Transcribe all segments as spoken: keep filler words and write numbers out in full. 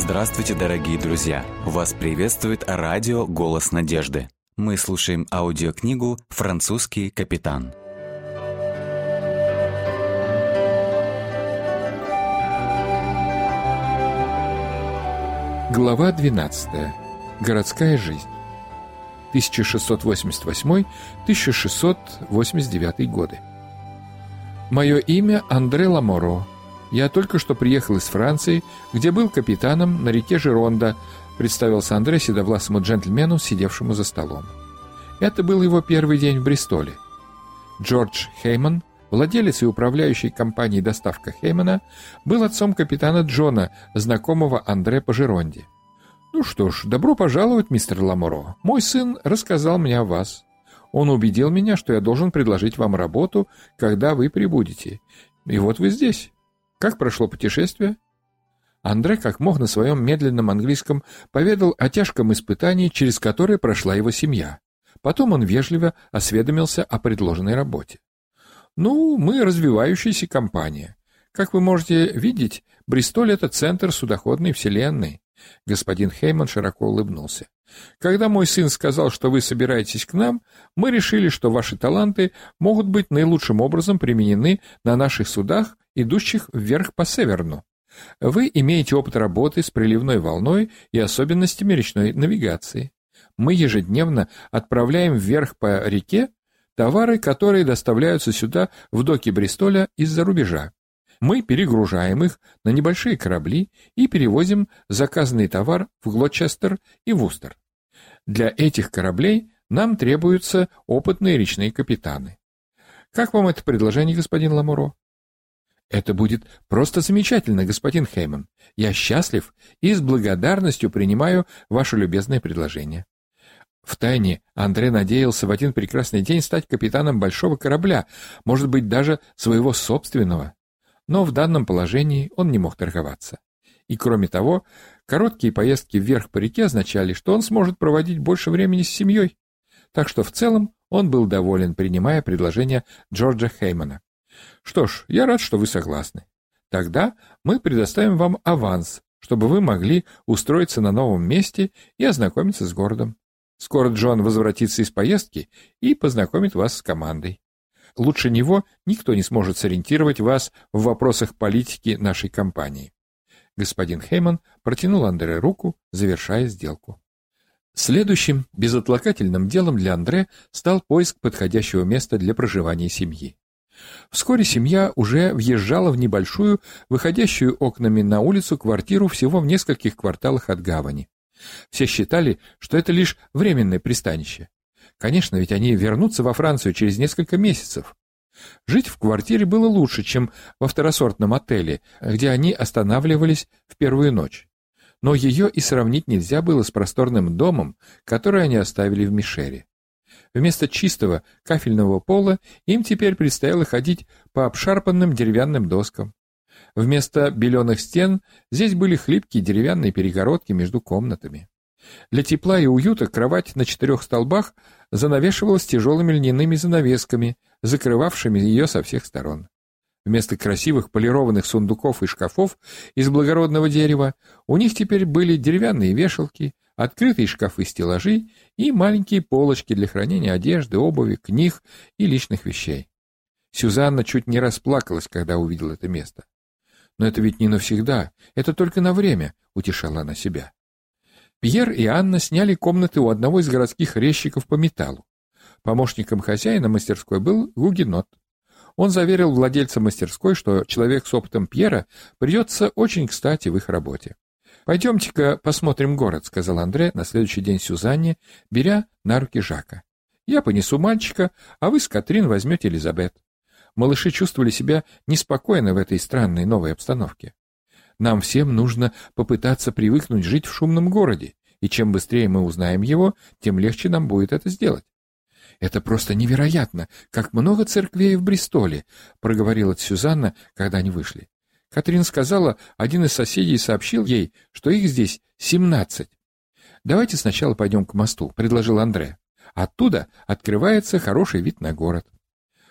Здравствуйте, дорогие друзья! Вас приветствует радио «Голос надежды». Мы слушаем аудиокнигу «Французский капитан». Глава двенадцатая. Городская жизнь. тысяча шестьсот восемьдесят восьмой — тысяча шестьсот восемьдесят девятый годы. Мое имя Андре Ламоро. Я только что приехал из Франции, где был капитаном на реке Жеронда, представился Андре седовласому джентльмену, сидевшему за столом. Это был его первый день в Бристоле. Джордж Хейман, владелец и управляющий компанией «Доставка Хеймана», был отцом капитана Джона, знакомого Андре по Жеронде. «Ну что ж, добро пожаловать, мистер Ламоро. Мой сын рассказал мне о вас. Он убедил меня, что я должен предложить вам работу, когда вы прибудете. И вот вы здесь. Как прошло путешествие?» Андре, как мог на своем медленном английском, поведал о тяжком испытании, через которое прошла его семья. Потом он вежливо осведомился о предложенной работе. «Ну, мы развивающаяся компания. Как вы можете видеть, Бристоль — это центр судоходной вселенной». Господин Хейман широко улыбнулся. «Когда мой сын сказал, что вы собираетесь к нам, мы решили, что ваши таланты могут быть наилучшим образом применены на наших судах, идущих вверх по Северну. Вы имеете опыт работы с приливной волной и особенностями речной навигации. Мы ежедневно отправляем вверх по реке товары, которые доставляются сюда в доки Бристоля из-за рубежа. Мы перегружаем их на небольшие корабли и перевозим заказанный товар в Глочестер и Вустер. Для этих кораблей нам требуются опытные речные капитаны. Как вам это предложение, господин Ламоро?» «Это будет просто замечательно, господин Хейман. Я счастлив и с благодарностью принимаю ваше любезное предложение». Втайне Андре надеялся в один прекрасный день стать капитаном большого корабля, может быть, даже своего собственного. Но в данном положении он не мог торговаться. И кроме того, короткие поездки вверх по реке означали, что он сможет проводить больше времени с семьей. Так что в целом он был доволен, принимая предложение Джорджа Хеймана. «Что ж, я рад, что вы согласны. Тогда мы предоставим вам аванс, чтобы вы могли устроиться на новом месте и ознакомиться с городом. Скоро Джон возвратится из поездки и познакомит вас с командой. Лучше него никто не сможет сориентировать вас в вопросах политики нашей компании». Господин Хейман протянул Андре руку, завершая сделку. Следующим безотлагательным делом для Андре стал поиск подходящего места для проживания семьи. Вскоре семья уже въезжала в небольшую, выходящую окнами на улицу квартиру всего в нескольких кварталах от гавани. Все считали, что это лишь временное пристанище. Конечно, ведь они вернутся во Францию через несколько месяцев. Жить в квартире было лучше, чем во второсортном отеле, где они останавливались в первую ночь. Но ее и сравнить нельзя было с просторным домом, который они оставили в Мишере. Вместо чистого кафельного пола им теперь предстояло ходить по обшарпанным деревянным доскам. Вместо беленых стен здесь были хлипкие деревянные перегородки между комнатами. Для тепла и уюта кровать на четырех столбах занавешивалась тяжелыми льняными занавесками, закрывавшими ее со всех сторон. Вместо красивых полированных сундуков и шкафов из благородного дерева у них теперь были деревянные вешалки, открытые шкафы-стеллажи и маленькие полочки для хранения одежды, обуви, книг и личных вещей. Сюзанна чуть не расплакалась, когда увидела это место. «Но это ведь не навсегда, это только на время», — утешала она себя. Пьер и Анна сняли комнаты у одного из городских резчиков по металлу. Помощником хозяина мастерской был гугенот. Он заверил владельца мастерской, что человек с опытом Пьера придется очень кстати в их работе. «Пойдемте-ка посмотрим город», — сказал Андре на следующий день Сюзанне, беря на руки Жака. «Я понесу мальчика, а вы с Катрин возьмете Элизабет». Малыши чувствовали себя неспокойно в этой странной новой обстановке. «Нам всем нужно попытаться привыкнуть жить в шумном городе, и чем быстрее мы узнаем его, тем легче нам будет это сделать». «Это просто невероятно, как много церквей в Бристоле», — проговорила Сюзанна, когда они вышли. Катрин сказала, один из соседей сообщил ей, что их здесь семнадцать. «Давайте сначала пойдем к мосту», — предложил Андре. «Оттуда открывается хороший вид на город».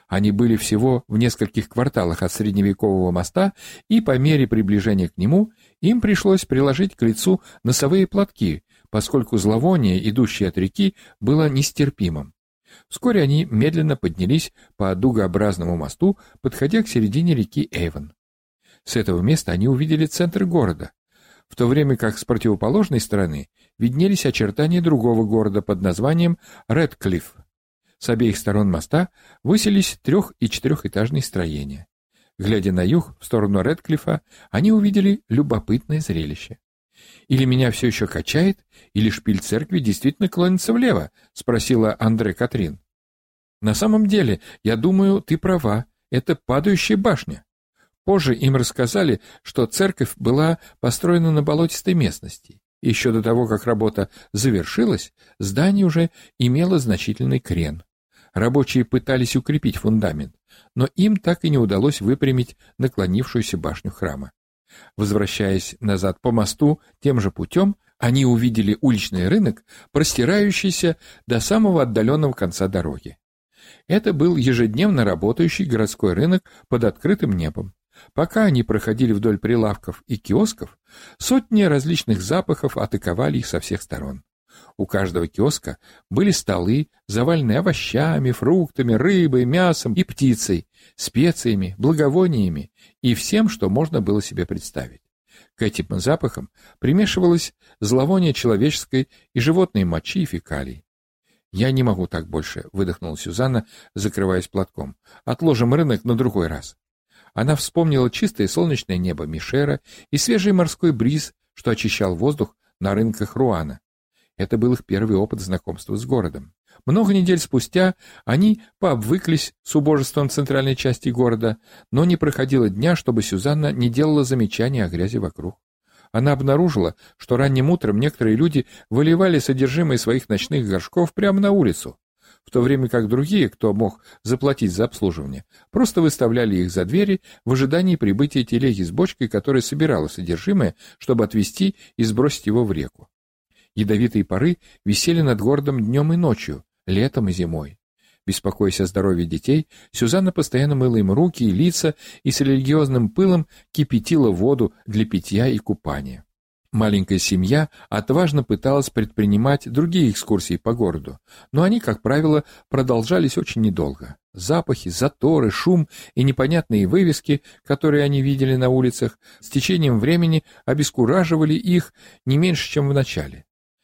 Они были всего в нескольких кварталах от средневекового моста, и по мере приближения к нему им пришлось приложить к лицу носовые платки, поскольку зловоние, идущее от реки, было нестерпимым. Вскоре они медленно поднялись по дугообразному мосту, подходя к середине реки Эйвон. С этого места они увидели центр города, в то время как с противоположной стороны виднелись очертания другого города под названием Редклифф. С обеих сторон моста высились трех- и четырехэтажные строения. Глядя на юг, в сторону Редклиффа, они увидели любопытное зрелище. «Или меня все еще качает, или шпиль церкви действительно клонится влево?» — спросила Андре Катрин. «На самом деле, я думаю, ты права, это падающая башня». Позже им рассказали, что церковь была построена на болотистой местности. Еще до того, как работа завершилась, здание уже имело значительный крен. Рабочие пытались укрепить фундамент, но им так и не удалось выпрямить наклонившуюся башню храма. Возвращаясь назад по мосту тем же путем, они увидели уличный рынок, простирающийся до самого отдаленного конца дороги. Это был ежедневно работающий городской рынок под открытым небом. Пока они проходили вдоль прилавков и киосков, сотни различных запахов атаковали их со всех сторон. У каждого киоска были столы, заваленные овощами, фруктами, рыбой, мясом и птицей, специями, благовониями и всем, что можно было себе представить. К этим запахам примешивалось зловоние человеческой и животной мочи и фекалий. «Я не могу так больше», — выдохнула Сюзанна, закрываясь платком. «Отложим рынок на другой раз». Она вспомнила чистое солнечное небо Мишера и свежий морской бриз, что очищал воздух на рынках Руана. Это был их первый опыт знакомства с городом. Много недель спустя они пообвыклись с убожеством центральной части города, но не проходило дня, чтобы Сюзанна не делала замечаний о грязи вокруг. Она обнаружила, что ранним утром некоторые люди выливали содержимое своих ночных горшков прямо на улицу, в то время как другие, кто мог заплатить за обслуживание, просто выставляли их за двери в ожидании прибытия телеги с бочкой, которая собирала содержимое, чтобы отвезти и сбросить его в реку. Ядовитые пары висели над городом днем и ночью, летом и зимой. Беспокоясь о здоровье детей, Сюзанна постоянно мыла им руки и лица и с религиозным пылом кипятила воду для питья и купания. Маленькая семья отважно пыталась предпринимать другие экскурсии по городу, но они, как правило, продолжались очень недолго. Запахи, заторы, шум и непонятные вывески, которые они видели на улицах, с течением времени обескураживали их не меньше, чем в начале.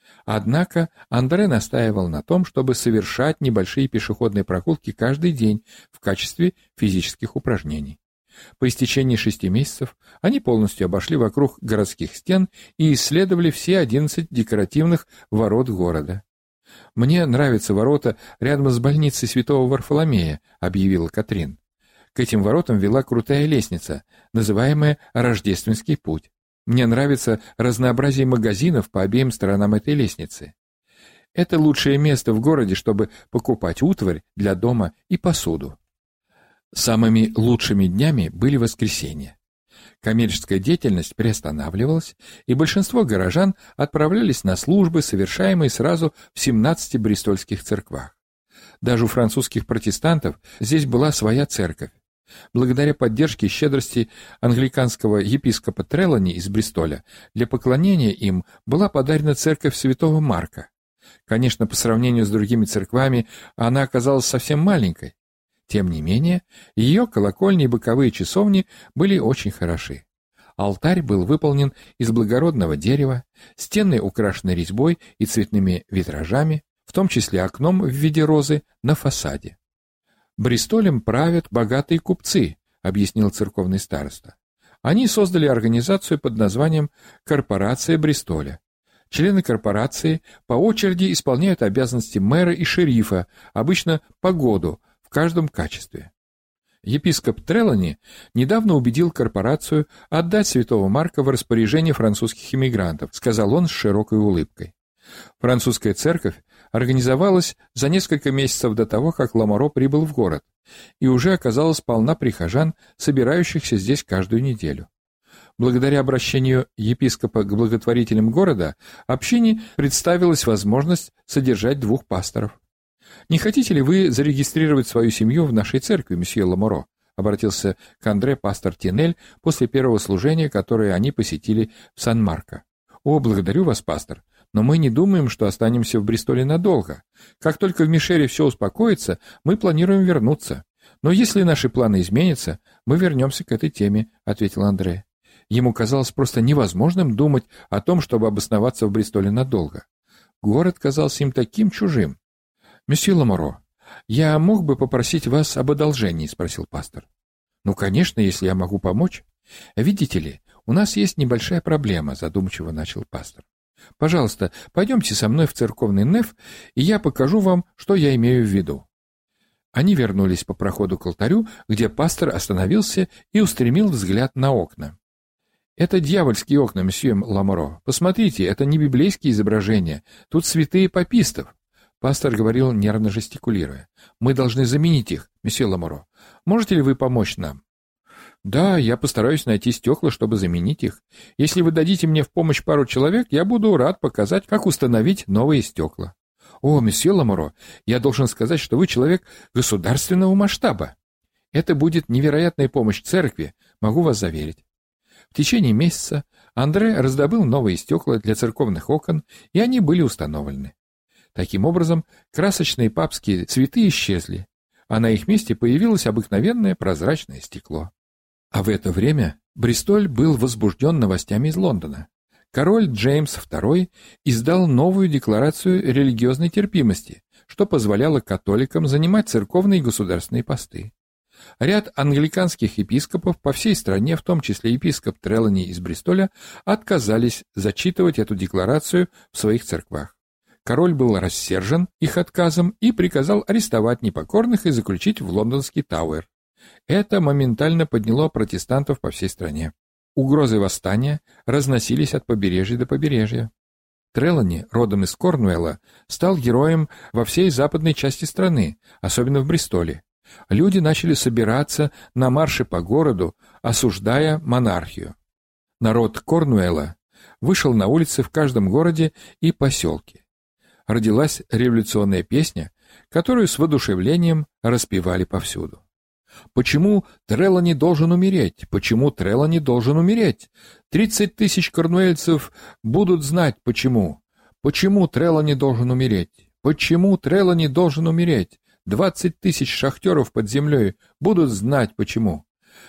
Однако Андре настаивал на том, чтобы совершать небольшие пешеходные прогулки каждый день в качестве физических упражнений. По истечении шести месяцев они полностью обошли вокруг городских стен и исследовали все одиннадцать декоративных ворот города. «Мне нравятся ворота рядом с больницей святого Варфоломея», — объявила Катрин. К этим воротам вела крутая лестница, называемая «Рождественский путь». Мне нравится разнообразие магазинов по обеим сторонам этой лестницы. Это лучшее место в городе, чтобы покупать утварь для дома и посуду. Самыми лучшими днями были воскресенья. Коммерческая деятельность приостанавливалась, и большинство горожан отправлялись на службы, совершаемые сразу в семнадцати бристольских церквах. Даже у французских протестантов здесь была своя церковь. Благодаря поддержке и щедрости англиканского епископа Трелани из Бристоля для поклонения им была подарена церковь святого Марка. Конечно, по сравнению с другими церквами она оказалась совсем маленькой. Тем не менее, ее колокольни и боковые часовни были очень хороши. Алтарь был выполнен из благородного дерева, стены украшены резьбой и цветными витражами, в том числе окном в виде розы на фасаде. «Бристолем правят богатые купцы», — объяснил церковный староста. Они создали организацию под названием «Корпорация Бристоля». Члены корпорации по очереди исполняют обязанности мэра и шерифа, обычно по году, в каждом качестве. Епископ Трелани недавно убедил корпорацию отдать святого Марка в распоряжение французских иммигрантов, сказал он с широкой улыбкой. Французская церковь организовалась за несколько месяцев до того, как Ламоро прибыл в город, и уже оказалась полна прихожан, собирающихся здесь каждую неделю. Благодаря обращению епископа к благотворителям города, общине представилась возможность содержать двух пасторов. «Не хотите ли вы зарегистрировать свою семью в нашей церкви, месье Ламоро?» — обратился к Андре пастор Тинель после первого служения, которое они посетили в Сан-Марко. «О, благодарю вас, пастор, но мы не думаем, что останемся в Бристоле надолго. Как только в Мишере все успокоится, мы планируем вернуться. Но если наши планы изменятся, мы вернемся к этой теме», — ответил Андре. Ему казалось просто невозможным думать о том, чтобы обосноваться в Бристоле надолго. Город казался им таким чужим. «Месье Ламоро, я мог бы попросить вас об одолжении?» — спросил пастор. «Ну, конечно, если я могу помочь. Видите ли, у нас есть небольшая проблема», — задумчиво начал пастор. «Пожалуйста, пойдемте со мной в церковный неф, и я покажу вам, что я имею в виду». Они вернулись по проходу к алтарю, где пастор остановился и устремил взгляд на окна. «Это дьявольские окна, месье Ламоро. Посмотрите, это не библейские изображения. Тут святые папистов». Пастор говорил, нервно жестикулируя. «Мы должны заменить их, месье Ламоро. Можете ли вы помочь нам?» «Да, я постараюсь найти стекла, чтобы заменить их. Если вы дадите мне в помощь пару человек, я буду рад показать, как установить новые стекла». «О, месье Ламоро, я должен сказать, что вы человек государственного масштаба. Это будет невероятная помощь церкви, могу вас заверить». В течение месяца Андре раздобыл новые стекла для церковных окон, и они были установлены. Таким образом, красочные папские цветы исчезли, а на их месте появилось обыкновенное прозрачное стекло. А в это время Бристоль был возбужден новостями из Лондона. Король Джеймс второй издал новую декларацию религиозной терпимости, что позволяло католикам занимать церковные и государственные посты. Ряд англиканских епископов по всей стране, в том числе епископ Трелани из Бристоля, отказались зачитывать эту декларацию в своих церквах. Король был рассержен их отказом и приказал арестовать непокорных и заключить в лондонский Тауэр. Это моментально подняло протестантов по всей стране. Угрозы восстания разносились от побережья до побережья. Трелани, родом из Корнуэлла, стал героем во всей западной части страны, особенно в Бристоле. Люди начали собираться на марше по городу, осуждая монархию. Народ Корнуэлла вышел на улицы в каждом городе и поселке. Родилась революционная песня, которую с воодушевлением распевали повсюду. Почему Трелани должен умереть? Почему Трелани должен умереть? Тридцать тысяч корнуэльцев будут знать, почему. Почему Трелани должен умереть? Почему Трелани должен умереть? Двадцать тысяч шахтеров под землей будут знать, почему.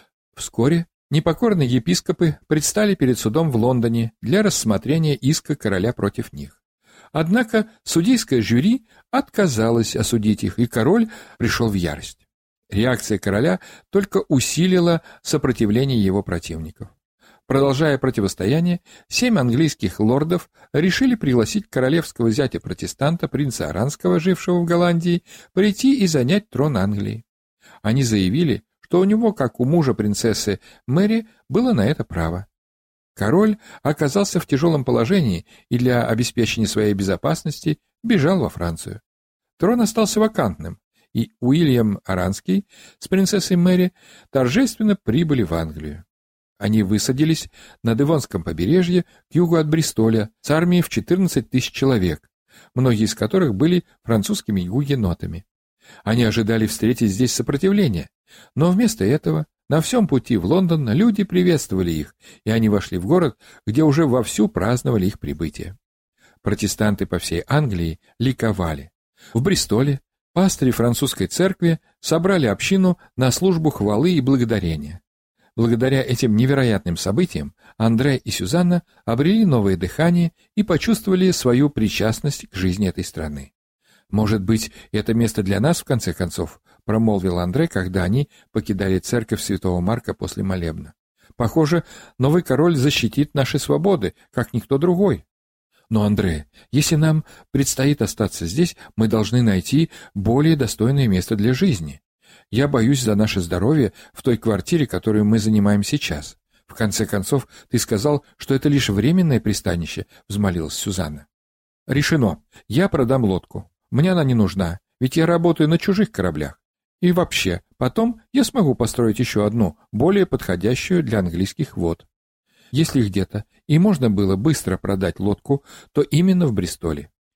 Вскоре непокорные епископы предстали перед судом в Лондоне для рассмотрения иска короля против них. Однако судейское жюри отказалось осудить их, и король пришел в ярость. Реакция короля только усилила сопротивление его противников. Продолжая противостояние, семь английских лордов решили пригласить королевского зятя-протестанта, принца Оранского, жившего в Голландии, прийти и занять трон Англии. Они заявили, что у него, как у мужа принцессы Мэри, было на это право. Король оказался в тяжелом положении и для обеспечения своей безопасности бежал во Францию. Трон остался вакантным, и Уильям Оранский с принцессой Мэри торжественно прибыли в Англию. Они высадились на Девонском побережье к югу от Бристоля с армией в четырнадцать тысяч человек, многие из которых были французскими гугенотами. Они ожидали встретить здесь сопротивление, но вместо этого на всем пути в Лондон люди приветствовали их, и они вошли в город, где уже вовсю праздновали их прибытие. Протестанты по всей Англии ликовали. В Бристоле пастыри французской церкви собрали общину на службу хвалы и благодарения. Благодаря этим невероятным событиям Андре и Сюзанна обрели новое дыхание и почувствовали свою причастность к жизни этой страны. «Может быть, это место для нас, в конце концов», — промолвил Андре, когда они покидали церковь святого Марка после молебна. «Похоже, новый король защитит наши свободы, как никто другой». «Но, Андре, если нам предстоит остаться здесь, мы должны найти более достойное место для жизни. Я боюсь за наше здоровье в той квартире, которую мы занимаем сейчас. В конце концов, ты сказал, что это лишь временное пристанище», — взмолилась Сюзанна. «Решено. Я продам лодку. Мне она не нужна, ведь я работаю на чужих кораблях. И вообще, потом я смогу построить еще одну, более подходящую для английских вод. Если где-то и можно было быстро продать лодку, то именно в Бристоле.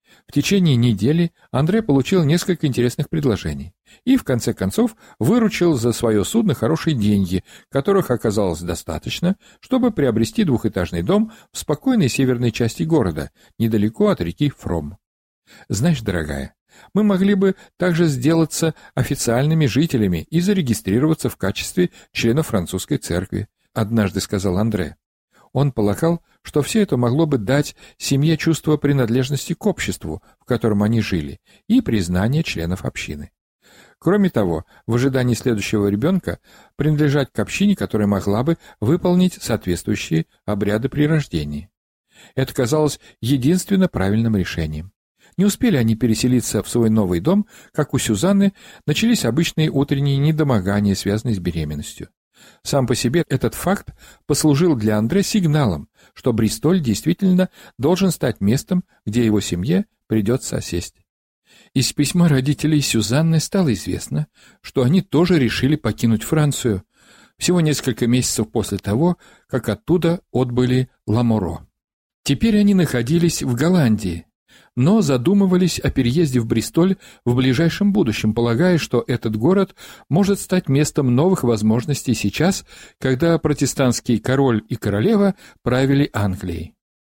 В течение недели Андре получил несколько интересных предложений и, в конце концов, выручил за свое судно хорошие деньги, которых оказалось достаточно, чтобы приобрести двухэтажный дом в спокойной северной части города, недалеко от реки Фром. «Знаешь, дорогая, мы могли бы также сделаться официальными жителями и зарегистрироваться в качестве членов французской церкви», — однажды сказал Андре. Он полагал, что все это могло бы дать семье чувство принадлежности к обществу, в котором они жили, и признание членов общины. Кроме того, в ожидании следующего ребенка принадлежать к общине, которая могла бы выполнить соответствующие обряды при рождении. Это казалось единственно правильным решением. Не успели они переселиться в свой новый дом, как у Сюзанны начались обычные утренние недомогания, связанные с беременностью. Сам по себе этот факт послужил для Андре сигналом, что Бристоль действительно должен стать местом, где его семье придется осесть. Из письма родителей Сюзанны стало известно, что они тоже решили покинуть Францию всего несколько месяцев после того, как оттуда отбыли Ламоро. Теперь они находились в Голландии, но задумывались о переезде в Бристоль в ближайшем будущем, полагая, что этот город может стать местом новых возможностей сейчас, когда протестантский король и королева правили Англией.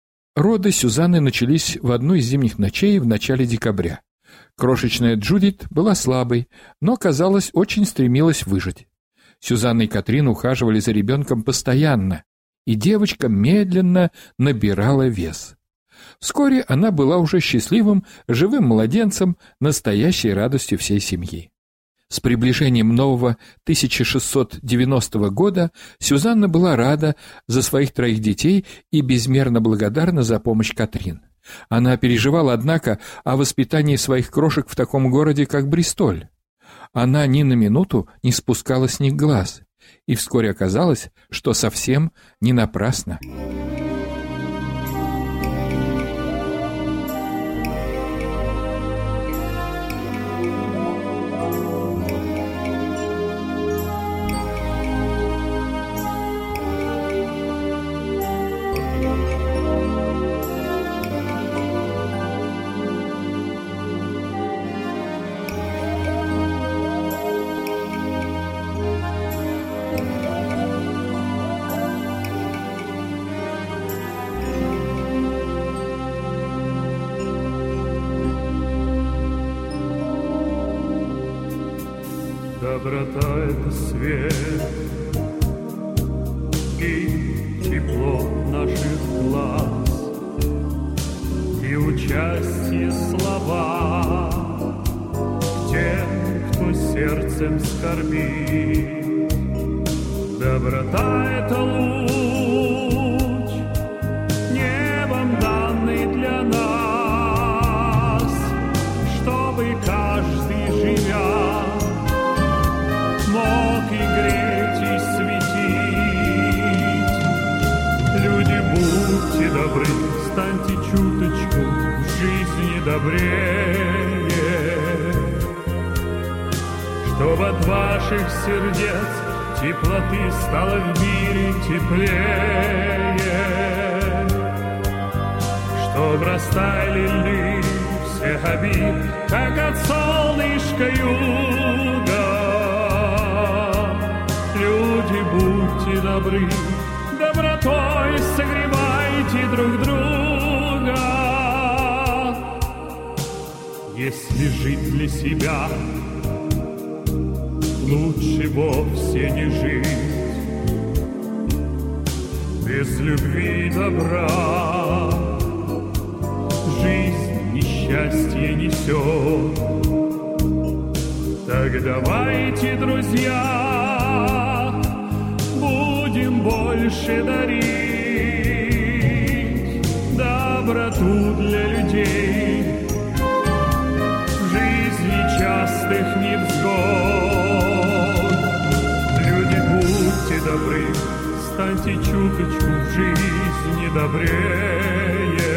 Роды Сюзанны начались в одну из зимних ночей в начале декабря. Крошечная Джудит была слабой, но, казалось, очень стремилась выжить. Сюзанна и Катрин ухаживали за ребенком постоянно, и девочка медленно набирала вес. Вскоре она была уже счастливым, живым младенцем, настоящей радостью всей семьи. С приближением нового тысяча шестьсот девяностого года Сюзанна была рада за своих троих детей и безмерно благодарна за помощь Катрин. Она переживала, однако, о воспитании своих крошек в таком городе, как Бристоль. Она ни на минуту не спускала с них глаз, и вскоре оказалось, что совсем не напрасно. Доброта — это свет и тепло наших глаз, и участие слова тем, кто сердцем скорбит. Доброта — это луч, небом данный для нас, чтобы каждый, живя, мог и греть, и светить. Люди, будьте добры, станьте чуточку в жизни добрее, чтоб от ваших сердец теплоты стало в мире теплее, чтоб растаяли льды всех обид, как от солнышка юга. Люди, будьте добры, добротой согревайте друг друга. Если жить для себя, лучше вовсе не жить. Без любви и добра жизнь несчастье несет. Так давайте, друзья, будем больше дарить доброту для людей в жизни частых невзгод. Люди, будьте добры, станьте чуточку в жизни добрее,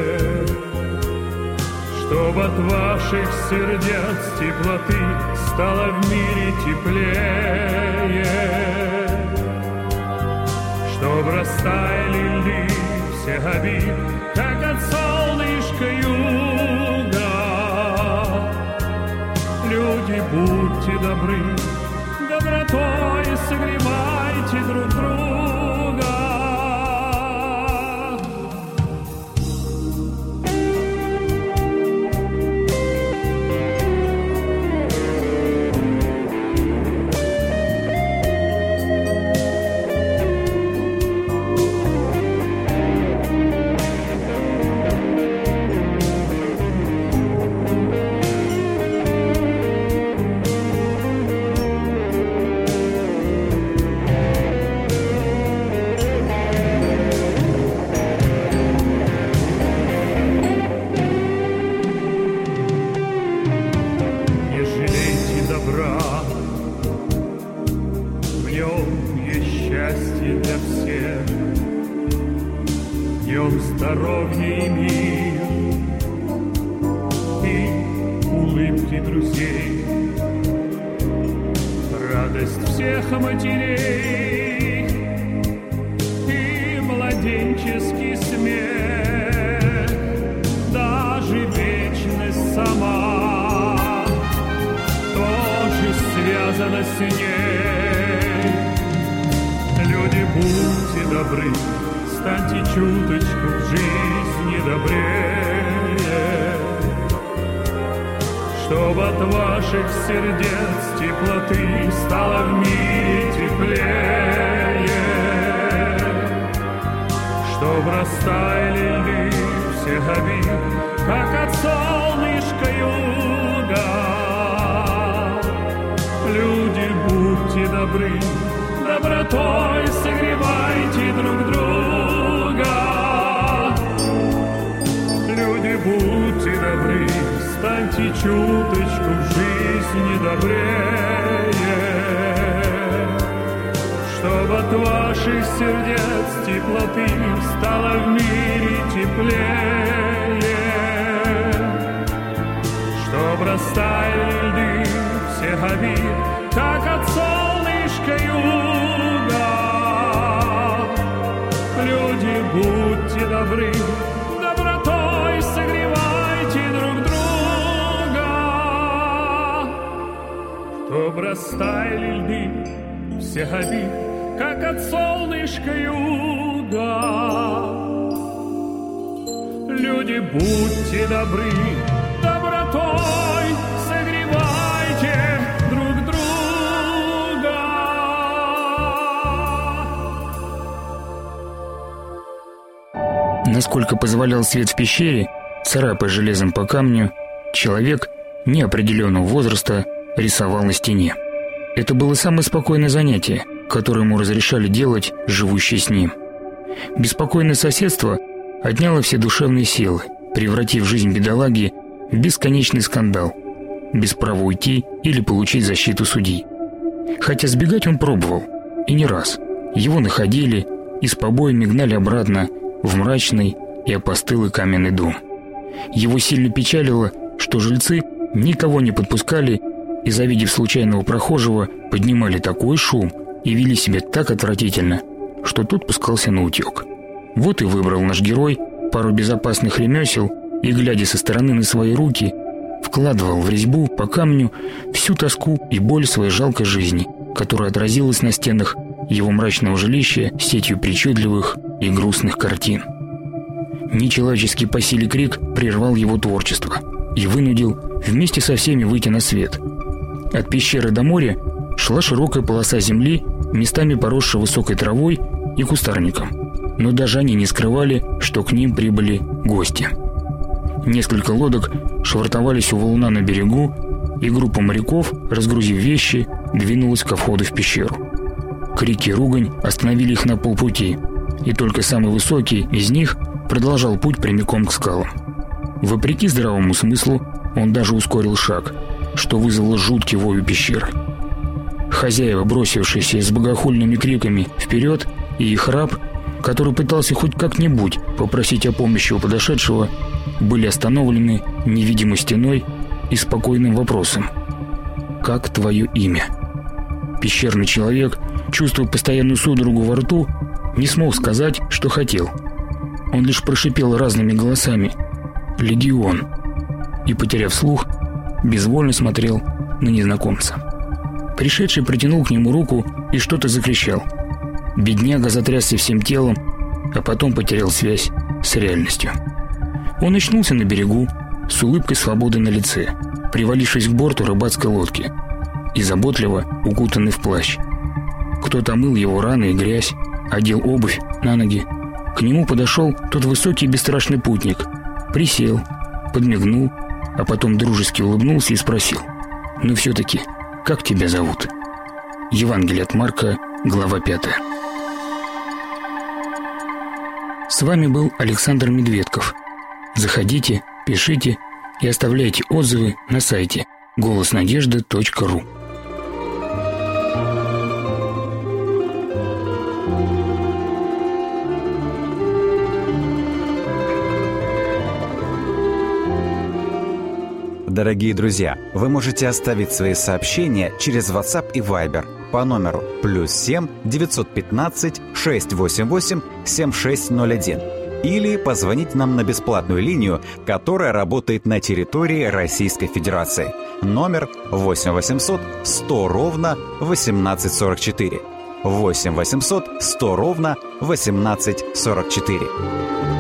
чтоб от ваших сердец теплоты стало в мире теплее, чтоб растаяли льды всех обид, как от солнышка юга. люди, будьте добры, добротой согревайте друг друга. Здоровье и мир, и улыбки друзей, радость всех матерей и младенческий смех, даже вечность сама тоже связана с ней. Люди, будьте добры, станьте чуточку в жизни добрее, чтоб от ваших сердец теплоты стало в мире теплее, чтоб растаяли льды всех обид, как от солнышка юга. Люди, будьте добры, добротой согревайте друг друга. Люди, будьте добры, станьте чуточку в жизни добрее, чтоб от ваших сердец теплоты стало в мире теплее, чтоб растаяли льды всех обид, как от солнышка юга. Люди, будьте добры, добротой согревайте друг друга, чтоб растаяли льды всех обид, как от солнышка юга. Люди, будьте добры, добротой согревайте друг друга. Насколько позволял свет в пещере, царапая железом по камню, человек неопределенного возраста рисовал на стене. Это было самое спокойное занятие, которое ему разрешали делать живущие с ним. Беспокойное соседство отняло все душевные силы, превратив жизнь бедолаги в бесконечный скандал, без права уйти или получить защиту судей. Хотя сбегать он пробовал, и не раз. Его находили и с побоями гнали обратно в мрачный и опостылый каменный дом. Его сильно печалило, что жильцы никого не подпускали и, завидев случайного прохожего, поднимали такой шум и вели себя так отвратительно, что тот пускался на утек. Вот и выбрал наш герой пару безопасных ремесел и, глядя со стороны на свои руки, вкладывал в резьбу по камню всю тоску и боль своей жалкой жизни, которая отразилась на стенах его мрачного жилища сетью причудливых и грустных картин. Нечеловеческий по силе крик прервал его творчество и вынудил вместе со всеми выйти на свет. От пещеры до моря шла широкая полоса земли, местами поросшая высокой травой и кустарником, но даже они не скрывали, что к ним прибыли гости. Несколько лодок швартовались у валуна на берегу, и группа моряков, разгрузив вещи, двинулась ко входу в пещеру. Крики и ругань остановили их на полпути, и только самый высокий из них продолжал путь прямиком к скалам. Вопреки здравому смыслу, он даже ускорил шаг, что вызвало жуткий вой у пещеры. Хозяева, бросившиеся с богохульными криками вперед, и их раб, который пытался хоть как-нибудь попросить о помощи у подошедшего, были остановлены невидимой стеной и спокойным вопросом: «Как твое имя?». Пещерный человек, чувствуя постоянную судорогу во рту, не смог сказать, что хотел. Он лишь прошипел разными голосами: «Легион», и, потеряв слух, безвольно смотрел на незнакомца. Пришедший протянул к нему руку и что-то закричал. Бедняга затрясся всем телом, а потом потерял связь с реальностью. Он очнулся на берегу с улыбкой свободы на лице, привалившись к борту рыбацкой лодки и заботливо укутанный в плащ. Кто-то мыл его раны и грязь, одел обувь на ноги. К нему подошел тот высокий и бесстрашный путник, присел, подмигнул, а потом дружески улыбнулся и спросил: «Ну все-таки, как тебя зовут?» Евангелие от Марка, глава пятая. С вами был Александр Медведков. Заходите, пишите и оставляйте отзывы на сайте голос надежды точка ру. Дорогие друзья, вы можете оставить свои сообщения через WhatsApp и Viber по номеру плюс семь девятьсот пятнадцать шестьсот восемьдесят восемь семьдесят шесть ноль один или позвонить нам на бесплатную линию, которая работает на территории Российской Федерации. Номер восемь восемьсот сто ровно восемнадцать сорок четыре. восемь восемьсот сто ровно восемнадцать сорок четыре.